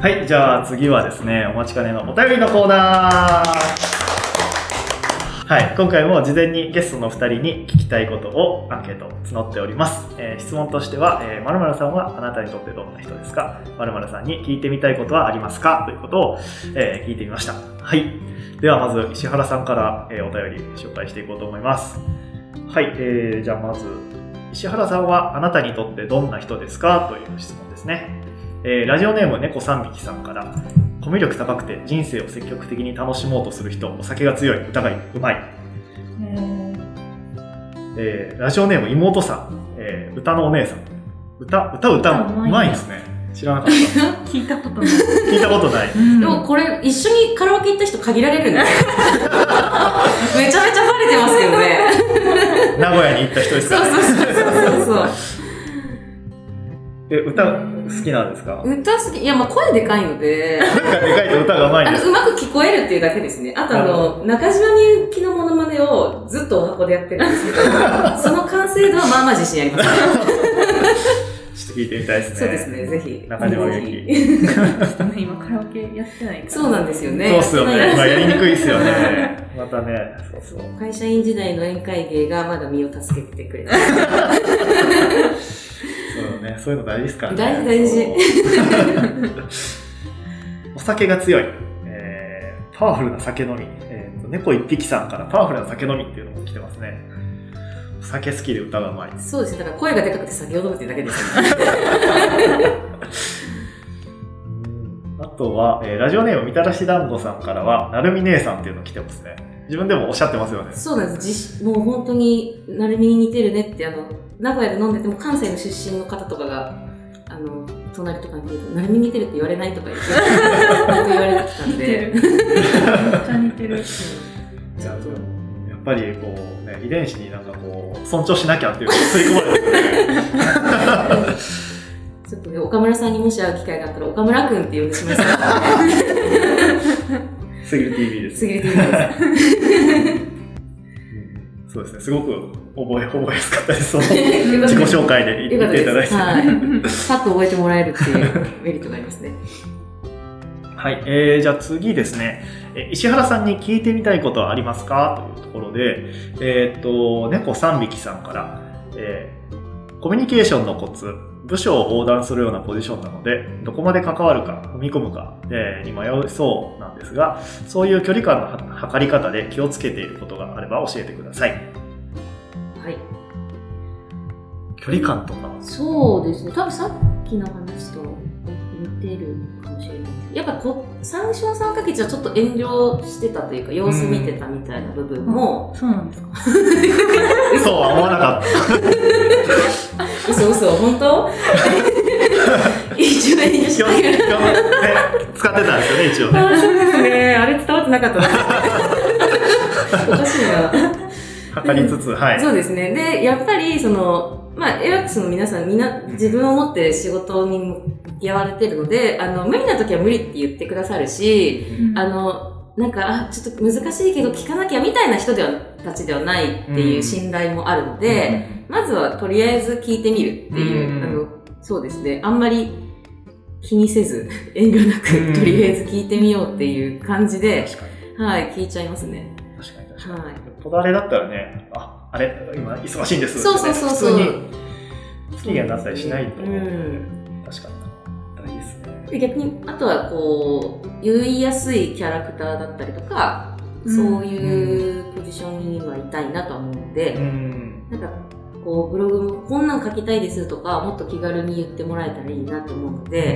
はい、じゃあ次はですね、お待ちかねのお便りのコーナー。はい、今回も事前にゲストの2人に聞きたいことをアンケート募っております。質問としては、〇〇さんはあなたにとってどんな人ですか？〇〇さんに聞いてみたいことはありますか？ということを、聞いてみました。はい。ではまず石原さんから、お便り紹介していこうと思います。はい、じゃあまず石原さんはあなたにとってどんな人ですか？という質問ですね。ラジオネーム猫3匹さんから、コミュ力高くて人生を積極的に楽しもうとする人、お酒が強い、歌がうまい。ラジオネーム妹さん、歌のお姉さん、歌うまいですね。知らなかった聞いたことない聞いたことない、 でもこれ一緒にカラオケ行った人限られるんですよめちゃめちゃバレてますけどね名古屋に行った人ですか？ そう歌好きなんですか？ 歌好き。いや、まあ声でかいので。 声がでかいと歌がうまいんです。 うまく聞こえるっていうだけですね。あと中島みゆきのモノマネをずっとお箱でやってるんですけど、その完成度はまあまあ自信ありますね。 ちょっと聞いてみたいですね。 そうですね、ぜひ。 中島みゆき。 今カラオケやってないから。 そうなんですよね。 そうっすよね。まあやりにくいっすよね。またね、そう。 会社員時代の宴会芸がまだ身を助けてくれた。 そうね、そういうの大事ですからね。 大事。 お酒が強い。パワフルな酒飲み。猫一匹さんからパワフルな酒飲みっていうのも来てますね。お酒好きで歌がうまい。 そうですね。だから声がでかくて酒を飲むっていうだけですよね。 あとは、ラジオネームみたらし団子さんからは、なるみ姉さんっていうの来てますね。自分でもおっしゃってますよね。 そうなんです。もう本当に、なるみに似てるねって、名古屋で飲んでても関西の出身の方とかが、隣とかに来ると、なるみに似てるって言われないとか言って言われてきたんで。 めっちゃ似てる。 やっぱりこうね、遺伝子になんかこう、尊重しなきゃっていうのが吸い込まれてるんで。 ちょっとね、岡村さんにもし会う機会があったら、岡村くんって呼んでしまいそう。 すぎる TV です。 すぎる TV です。 そうですね、すごく覚えやすかったです。自己紹介で言っていただいて。 はい。パッと覚えてもらえるっていうメリットがありますね。 はい、じゃあ次ですね、石原さんに聞いてみたいことはありますかというところで、猫3匹さんから、コミュニケーションのコツ、部署を横断するようなポジションなので、どこまで関わるか、踏み込むか、に迷いそうなんですが、そういう距離感の測り方で気をつけていることがあれば教えてください。 はい。 距離感とか。 そうですね。多分さっきの話と似てるかもしれないです。やっぱ最初の3ヶ月はちょっと遠慮してたというか、様子見てたみたいな部分も。 そうなんですか？ そうは思わなかった。 嘘、本当？一応遠慮してたけど。 使ってたんですよね、一応ね。 そうですね。あれ伝わってなかったな。おかしいな。 測りつつ、はい。 そうですね。で、やっぱり、まあ、エワックスの皆さん、みんな自分を持って仕事に向き合われてるので、無理な時は無理って言ってくださるし、なんか、ちょっと難しいけど聞かなきゃみたいな人たちではないっていう信頼もあるので、まずはとりあえず聞いてみるっていう、そうですね。あんまり気にせず、遠慮なく、とりあえず聞いてみようっていう感じで、はい、聞いちゃいますね。 確かに。こだわれだったらね、あれ、今忙しいんです。 そう。 普通に不機嫌になったりしないと思う。確かに。大事ですね。 逆に、あとは言いやすいキャラクターだったりとか、そういうポジションにはいたいなと思うので、なんか、ブログもこんなん書きたいですとか、もっと気軽に言ってもらえたらいいなと思うので、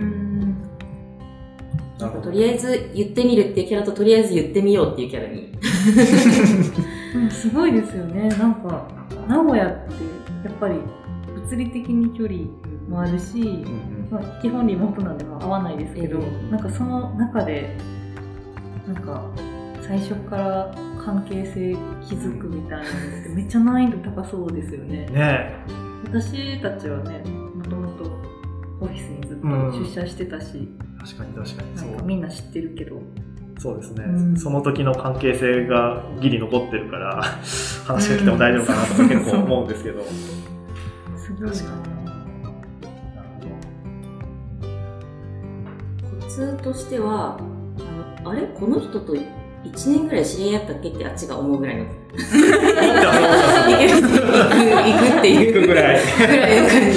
なんかとりあえず言ってみるっていうキャラととりあえず言ってみようっていうキャラに。 すごいですよね。なんか、名古屋ってやっぱり物理的に距離もあるし、基本リモートなんで会わないですけど、なんかその中で、なんか最初から関係性築くみたいなのってめっちゃ難易度高そうですよね。私たちはね、もともとオフィスにずっと出社してたし、 確かになんかみんな知ってるけど。 そうですね、その時の関係性がギリ残ってるから話が来ても大丈夫かなとか結構思うんですけど、 すごいな。 スとしては、あれこの人と1年ぐらい知り合いだったっけってあっちが思うぐらいの。行くっていう。 行くぐらい。 ぐらいの感じです。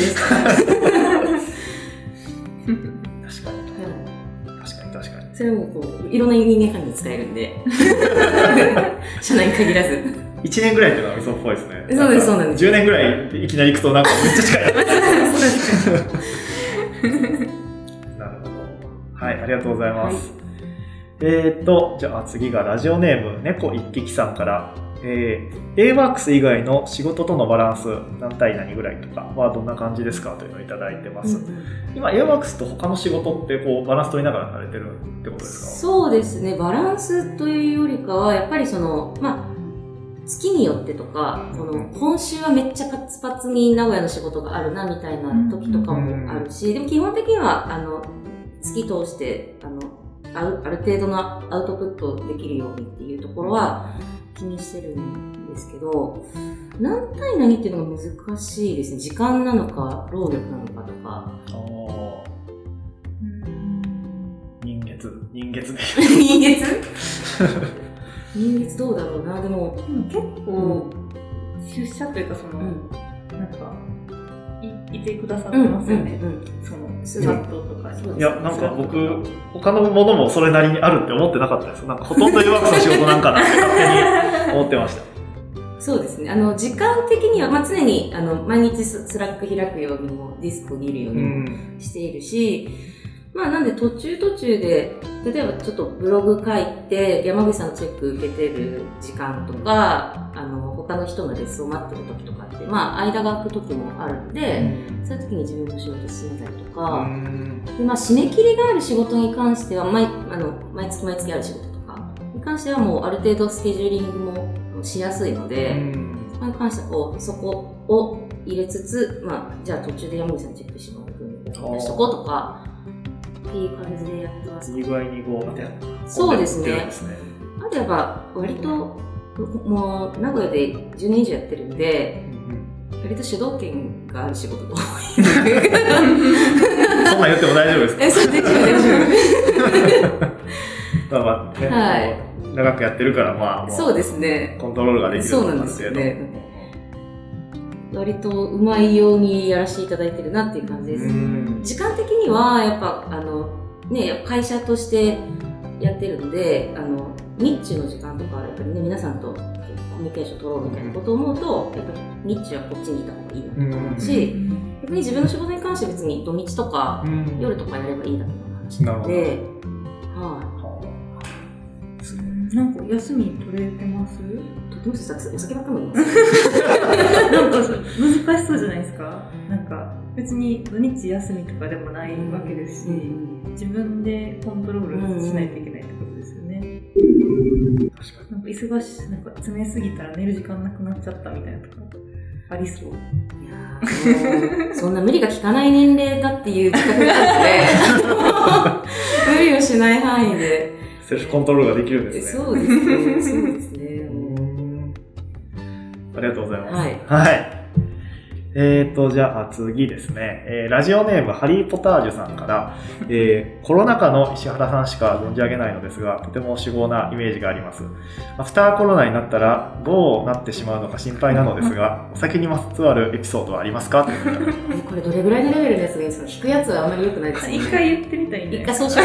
確かに。 それもこう、いろんな人間関係に使えるんで。社内に限らず。 1年ぐらいっていうのは嘘っぽいですね。 そうです、そうなんです。 10年ぐらいいきなり行くとなんかめっちゃ近い。なるほど。はい、ありがとうございます。はい、じゃあ次がラジオネーム猫一匹さんから、AWORKS 以外の仕事とのバランス何対何ぐらいとかはどんな感じですかというのをいただいてます。今 AWORKS と他の仕事ってこうバランス取りながらされてるってことですか？ そうですね。バランスというよりかはやっぱりその月によってとか、この今週はめっちゃパツパツに名古屋の仕事があるなみたいな時とかもあるし、でも基本的には月通してある程度のアウトプットできるようにっていうところは気にしてるんですけど、何対何っていうのが難しいですね。時間なのか労力なのかとか。 人月で人月どうだろうな。でも結構出社というかなんかいてくださってますよね。そのスラットとかに。 いや、なんか僕他のものもそれなりにあるって思ってなかったです。なんかほとんどAWORKSの仕事なんかなって勝手に思ってました。 そうですね。時間的には、常に毎日スラック開くようにもディスクを見るようにもしているし、なんで途中で、例えばちょっとブログ書いて、山口さんのチェック受けてる時間とか、他の人のレッスンを待ってる時とかって、間が空く時もあるんで、そういう時に自分の仕事進めたりとか、で締め切りがある仕事に関しては、毎月ある仕事とかに関してはもうある程度スケジューリングもしやすいので、そこに関してはそこを入れつつ、じゃあ途中で山口さんにチェックしてもらう風に出しとこうとか、っていう感じでやってます。 意外にそうですね。あとやっぱ割ともう名古屋で10年以上やってるんで、割と主導権がある仕事が多い。そんなん言っても大丈夫ですか？ そう大丈夫。 はい。長くやってるからそうですね。 コントロールができるそうなんですよね。割とうまいようにやらせていただいてるなっていう感じです。時間的にはやっぱ会社としてやってるので日中の時間とかやっぱりね皆さんとコミュニケーション取ろうみたいなことを思うとやっぱり日中はこっちにいた方がいいなと思うし、逆に自分の仕事に関しては別に土日とか夜とかやればいいだけの話なので、 なんか休み取れてます？ どうしてお酒ばっかり飲みます？ なんか難しそうじゃないですか。なんか別に土日休みとかでもないわけですし、自分でコントロールしないといけないってことですよね。確かに。なんかなんか詰めすぎたら寝る時間なくなっちゃったみたいなとかありそう。 いやそんな無理が効かない年齢だっていう自覚があって、無理をしない範囲で。 セルフコントロールができるんですね。 そうですね。そうですね。 ありがとうございます。 はい。 はい。じゃあ次ですね、ラジオネームハリーポタージュさんから、コロナ禍の石原さんしか存じ上げないのですが、とても主語なイメージがあります。アフターコロナになったらどうなってしまうのか心配なのですが、お酒にまつわるエピソードはありますか？これどれぐらいのレベルのやつがいいですか？引くやつはあんまり良くないですね。 一回言ってみたいね。 一回そうしよう。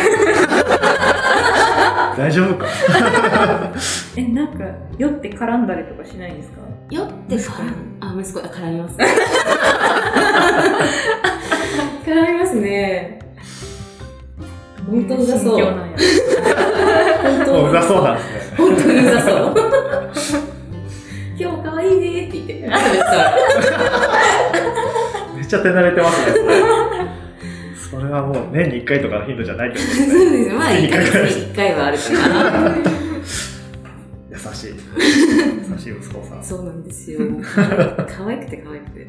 大丈夫か？ なんか酔って絡んだりとかしないんですか？ 酔って息子絡みます。絡みますね。本当にうざそう。本当うざそうなんですね。 本当にうざそう。今日可愛いねって言って。 めっちゃ手慣れてますね。それはもう年に1回とかの頻度じゃないってことですね。 そうですね。1ヶ月に1回はあるかな。 優しい息子さん。 そうなんですよ。可愛くて。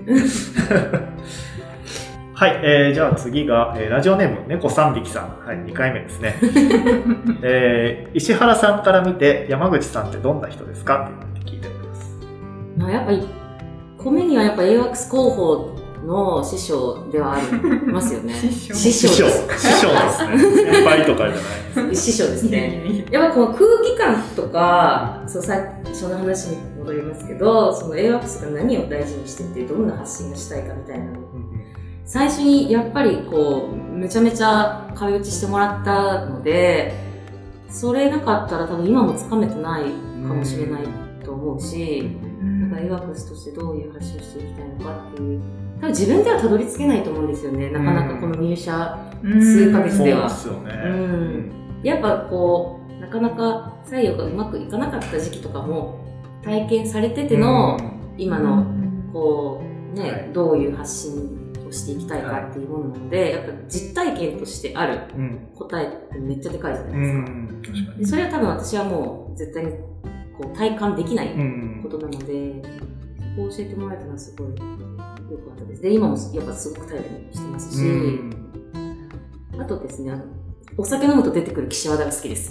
はい、じゃあ次が、ラジオネーム猫3匹さん、はい、2回目ですね。石原さんから見て山口さんってどんな人ですかって聞いております。 やっぱり米にはやっぱAWORKS広報の師匠ではありますよね。 師匠師匠です。 師匠ですね。先輩とかじゃないです。 師匠ですね。やっぱこの空気感とか、そう、最初の話に戻りますけど、その AWACS が何を大事にしてて、どんな発信がしたいかみたいなの。最初にやっぱりこう、めちゃめちゃ壁打ちしてもらったので、それなかったら多分今もつかめてないかもしれないと思うし、なんか AWACS としてどういう発信をしていきたいのかっていう、多分自分ではたどり着けないと思うんですよね。なかなかこの入社数ヶ月では。 そうですよね。 やっぱこう、なかなか採用がうまくいかなかった時期とかも体験されてての、今のこうね、どういう発信をしていきたいかっていうものなので、やっぱ実体験としてある答えってめっちゃでかいじゃないですか。でそれは多分私はもう絶対にこう体感できないことなので、そこを教えてもらえたのはすごい良かったです。で、今もやっぱすごく頼りにしてますし、あとですね、お酒飲むと出てくる岸和田が好きです。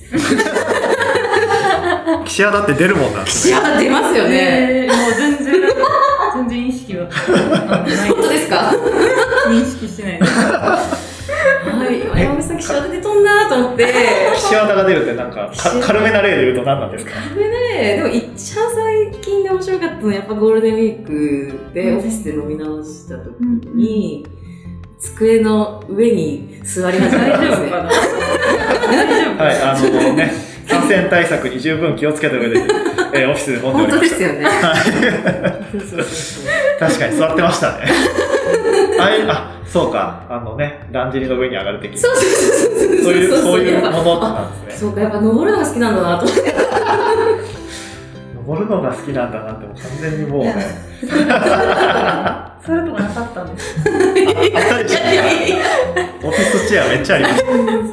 岸和田って出るもんなんですね。 岸和田出ますよね。 もう全然意識はない。 本当ですか？ 認識してないです。 はい。山口さん、岸和田出とんなと思って。 岸和田が出るってなんか、軽めな例で言うと何なんですか？ 軽めな例でも一番最近で面白かったのはやっぱゴールデンウィークでオフィスで飲み直した時に、机の上に座り始めたんですね。 大丈夫？ はい、ね、感染対策に十分気をつけた上で、オフィスで飲んでおりました。 本当ですよね。 確かに座ってましたね。そうか、だんじりの上に上がる的な。 そういうものなんですね。 そうか、やっぱ登るのが好きなんだなと思って。 登るのが好きなんだなって、もう完全にもうね。 そういうとこなかったんです。 あったでしょ。オフィスチェアめっちゃあります。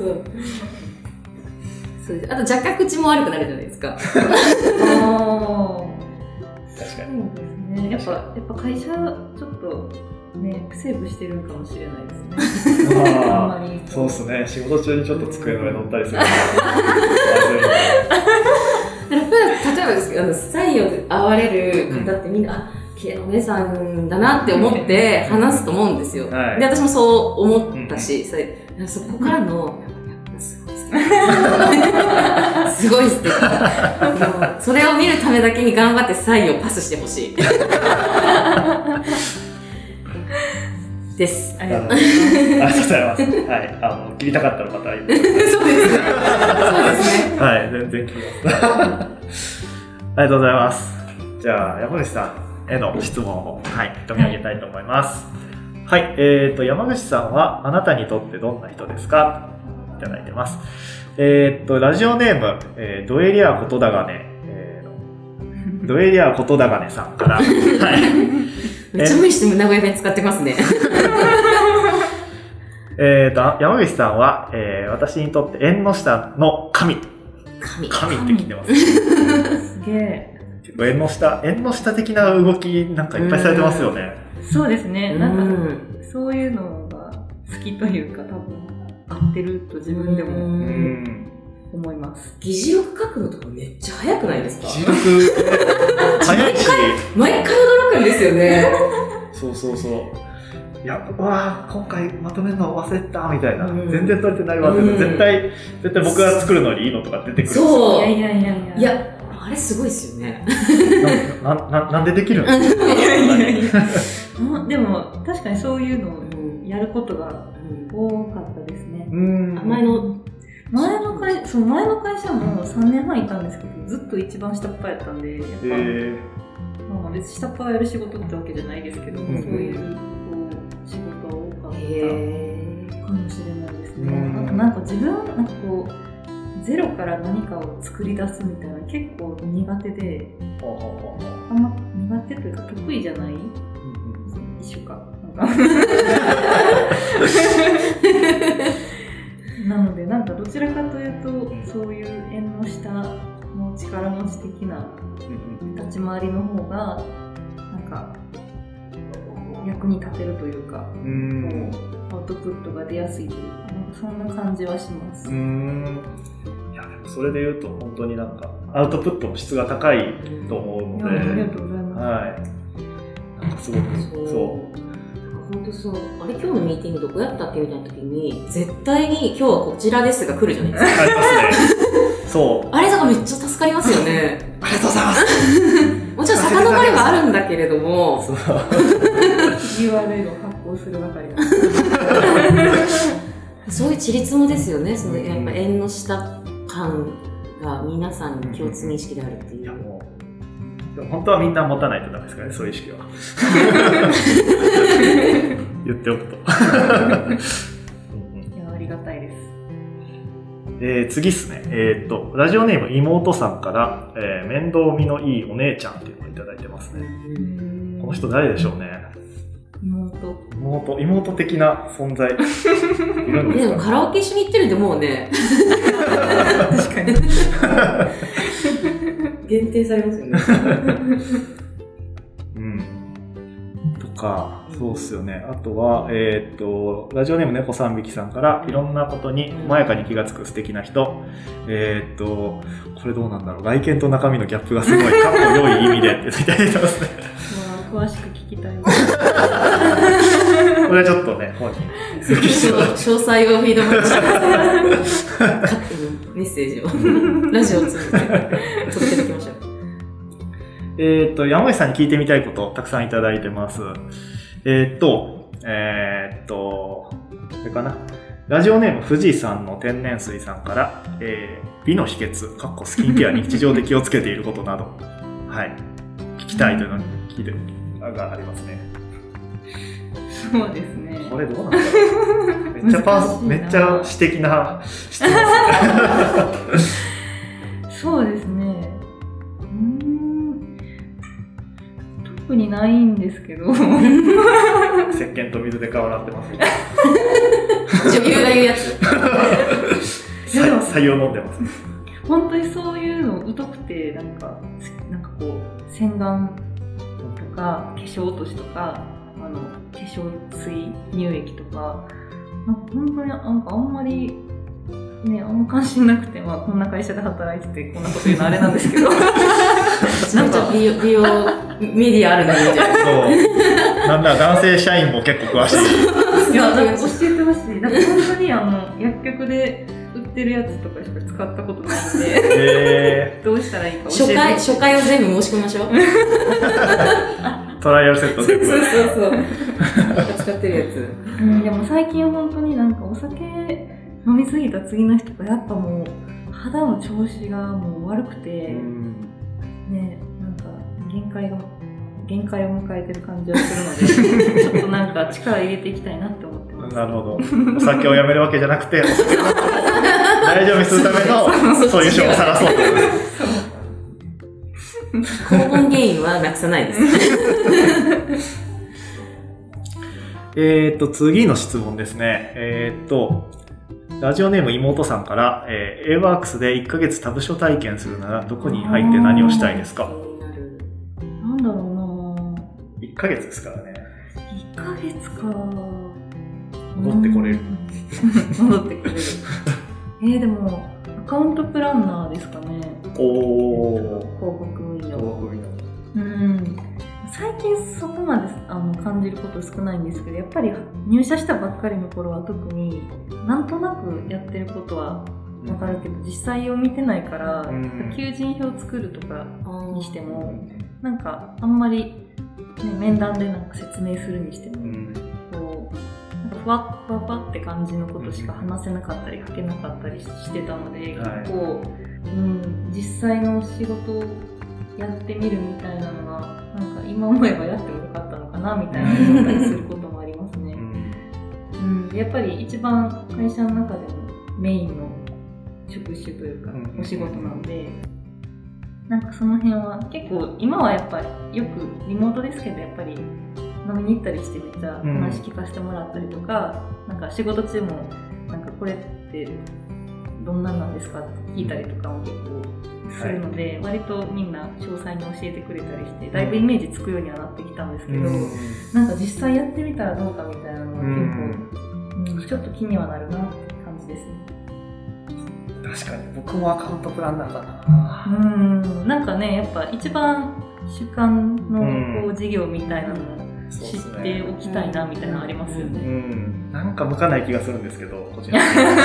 そうです。あと若干口も悪くなるじゃないですか。 確かに。 そうですね。やっぱ会社ちょっとね、セーブしてるかもしれないですね。あんまりそうですね。仕事中にちょっと机の上乗ったりするの。 例えばですけど、採用で会われる方ってみんな、綺麗なお姉さんだなって思って話すと思うんですよ。 はい、 で、私もそう思ったし、そこからの、すごい素敵。それを見るためだけに頑張って採用パスしてほしい。です。 ありがとうございます。はい。切りたかったの方はそうですね。そうですね。はい。全然切ります。ありがとうございます。じゃあ、山口さんへの質問を、読み上げたいと思います。はい。山口さんはあなたにとってどんな人ですか？いただいてます。ラジオネーム、ドエリアことだがね、ドエリアことだがねさんから、はい。 めっちゃ無理して名古屋弁使ってますね。 山口さんは、私にとって縁の下の神って聞いてます。 すげえ。 結構縁の下的な動きなんかいっぱいされてますよね。 そうですね。なんか、そういうのが好きというか、多分合ってると自分でも思います。 議事録書くのとかめっちゃ早くないですか？ 議事録早いし毎回驚くんですよね。 そう。いや、今回まとめるの忘れたみたいな、全然取れてないわって、絶対僕が作るのにいいのとか出てくる。 そう。 いや、 あれすごいですよね。 なんでできるの？ でも確かにそういうのをやることが多かったですね。 前の会社も3年半いたんですけど、ずっと一番下っ端やったんで、やっぱ、別に下っ端がやる仕事ってわけじゃないですけど、そういう仕事が多かったかもしれないですね。あとなんか自分ゼロから何かを作り出すみたいな結構苦手で、あんま苦手というか得意じゃない、一緒か。なのでなんかどちらかというとそういう縁の下の力持ち的な立ち回りの方がなんか役に立てるというか、アウトプットが出やすいというか、なんかそんな感じはします。 いやでもそれで言うと本当になんかアウトプットの質が高いと思うので、 ありがとうございます。 なんかすごくそう。 本当そう。あれ今日のミーティングどこやったっけみたいな時に、絶対に今日はこちらですが来るじゃないですか。 ありますね。そう。 あれとかめっちゃ助かりますよね。 ありがとうございます。 もちろん遡りはあるんだけれども、 そう。 URL を発行する係が。 そういうちりつもですよね。そのやっぱ縁の下感が皆さんに共通認識であるっていう。 いやもう、でも本当はみんな持たないとダメですからね、そういう意識は。言っておくと。 いや、ありがたいです。 次っすね。ラジオネーム妹さんから、面倒見のいいお姉ちゃんっていうのをいただいてますね。この人誰でしょうね。妹的な存在。いるんですかね。 でもカラオケ一緒に行ってるんでもうね。確かに。限定されますよね。 うん。とか、そうっすよね。あとは、ラジオネーム猫3匹さんから、いろんなことに細やかに気がつく素敵な人。これどうなんだろう。外見と中身のギャップがすごい、かっこ良い意味でっていただいてますね。 詳しく聞きたい。 これはちょっとね、本人。 詳細をフィードバックして勝手にメッセージをラジオを通じて届けておきましょう。 山口さんに聞いてみたいことたくさんいただいてます。これかな。ラジオネーム藤井さんの天然水さんから、美の秘訣、スキンケアに日常で気をつけていることなど、はい、聞きたいというのを聞いてがありますね。 そうですね。 これどうなんだろう。めっちゃ詩的な質問ですね。 そうですね。特にないんですけど。 石鹸と水で顔洗ってますみたいな。 女優が言うやつ。 採用飲んでます。 本当にそういうの疎くて、なんかこう、洗顔とか、化粧落としとか、化粧水、乳液とか、本当にあんまり、ね、あんま関心なくて、こんな会社で働いてて、こんなこと言うのあれなんですけど。 なんか美容メディアあるのにみたいな。 そう。なんだ、男性社員も結構詳しい。 いや、なんか教えてほしい。なんか本当に薬局で売ってるやつとかしか使ったことないんで、どうしたらいいか教えてほしい。 初回を全部申し込みましょう。 トライアルセット全部。 そう。使ってるやつ。 でも最近本当になんかお酒飲みすぎた次の日とかやっぱもう肌の調子がもう悪くて、ね、なんか限界を迎えてる感じがするので、ちょっとなんか力入れていきたいなって思ってます。 なるほど。お酒をやめるわけじゃなくて、大丈夫にするためのそういう手法を探そうと。 根本原因はなくさないです。 次の質問ですね。ラジオネーム妹さんから、A-WORKS で1ヶ月他部署体験するならどこに入って何をしたいですか？ なんだろうなぁ。 1ヶ月ですからね。 1ヶ月か。 戻ってこれる。 戻ってこれる。でも、アカウントプランナーですかね。広告運用。最近そこまで感じること少ないんですけど、やっぱり入社したばっかりの頃は特になんとなくやってることはわかるけど、実際を見てないから、求人票作るとかにしても、なんかあんまり、ね、面談でなんか説明するにしても、こうなんかふわって感じのことしか話せなかったり書けなかったりしてたので、結構、実際の仕事をやってみるみたいなのがなんか今思えばやってもよかったのかなみたいな思ったりすることもありますね。やっぱり一番会社の中でもメインの職種というかお仕事なので、なんかその辺は結構今はやっぱりよくリモートですけど、やっぱり飲みに行ったりしてめっちゃ話聞かせてもらったりとか、なんか仕事中もなんかこれってどんなんなんですかって聞いたりとかも結構するので、割とみんな詳細に教えてくれたりして、だいぶイメージつくようにはなってきたんですけど、なんか実際やってみたらどうかみたいなのは結構、ちょっと気にはなるなって感じですね。 確かに僕もアカウントプランナーだな。 なんかね、やっぱ一番主観のこう事業みたいなのを知っておきたいなみたいなのありますよね。 なんか向かない気がするんですけど、個人的に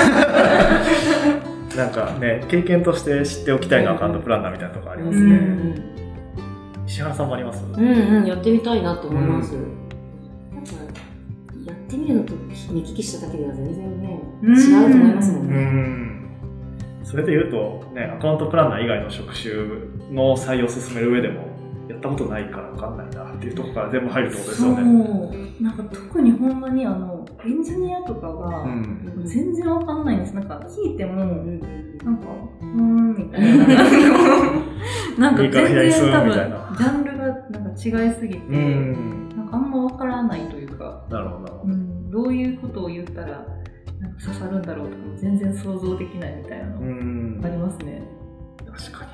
なんかね、経験として知っておきたいのアカウントプランナーみたいなところありますね。石原さんもあります？ やってみたいなと思います。なんかやってみるのと見聞きしただけでは全然ね、違うと思いますもんね。 それで言うと、ね、アカウントプランナー以外の職種の採用を進める上でも、やったことないから分かんないなっていうところから全部入るってことですよね。 なんか特にほんまにエンジニアとかが全然分かんないんです。なんか聞いても、なんか、みたいな。なんか全然多分、ジャンルがなんか違いすぎて、なんかあんま分からないというか、 なるほど。 どういうことを言ったら、なんか刺さるんだろうとかも全然想像できないみたいなのありますね。 確かに。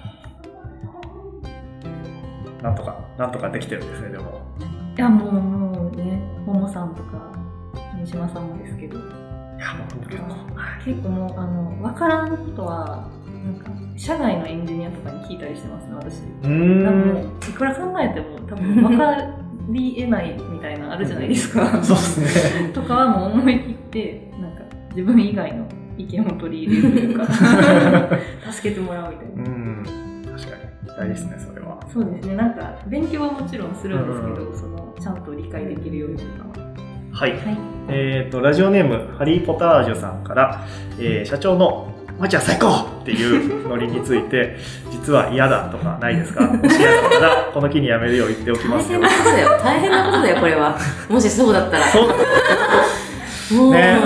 なんとかできてるんですね、でも。 いや、もうね、ももさんとか、三島さんもですけど。いや、もう結構もう、わからんことは、なんか、社外のエンジニアとかに聞いたりしてますね、私。多分、いくら考えても、多分、わかり得ないみたいなのあるじゃないですか。 そうですね。 とかはもう思い切って、なんか、自分以外の意見を取り入れるというか、助けてもらうみたいな。 確かに。大事ですね、それは。 そうですね。なんか、勉強はもちろんするんですけど、ちゃんと理解できるようにとかは。 はい。ラジオネーム、ハリーポタージュさんから、社長の、もちゃん最高っていうノリについて、実は嫌だとかないですか？もし嫌だったら、この機にやめるよう言っておきますよ。 大変なことだよ、これは。もしそうだったら。 もう、ね、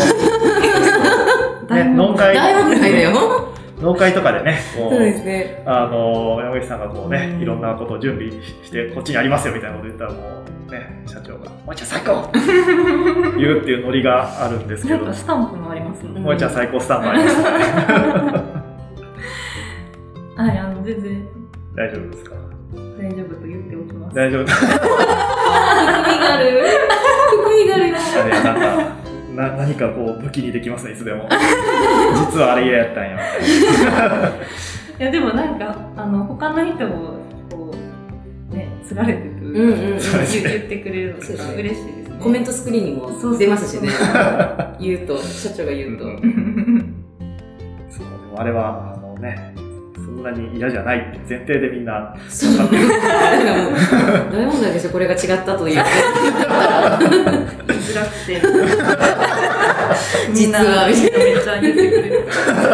農会。 大問題だよ。 農会とかでね、 そうですね。 山口さんがこうね、いろんなことを準備して、こっちにありますよみたいなこと言ったらもうね、社長が、もえちゃん最高言うっていうノリがあるんですけど。 なんかスタンプもありますもんね。 もえちゃん最高スタンプありますね。 はい、全然。 大丈夫ですか？ 大丈夫と言っておきます。 大丈夫。 含みがある。含みがあるよ。 何かこう武器にできますね、いつでも。実はあれ嫌やったんや。 いやでもなんか他の人もこうね釣られてというか言ってくれるのが嬉しいですね。 コメントスクリーンにも出ますしね。言うと社長が言うと。 そうでもあれはね。そんなに嫌じゃないって前提でみんなそう。大問題ですよ、これが違ったという。言いづらくて。 実はめっちゃ言ってくれる。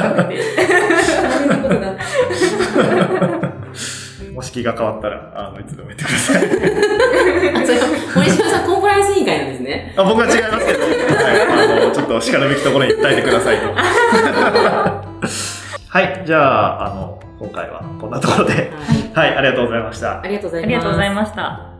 もし気が変わったら、いつでも言ってください。 森島さん、コンプライアンス委員会なんですね。 僕は違いますけど、ちょっと叱るべきところに訴えてくださいと。はい、じゃあ、今回はこんなところで、はい、ありがとうございました。 ありがとうございました。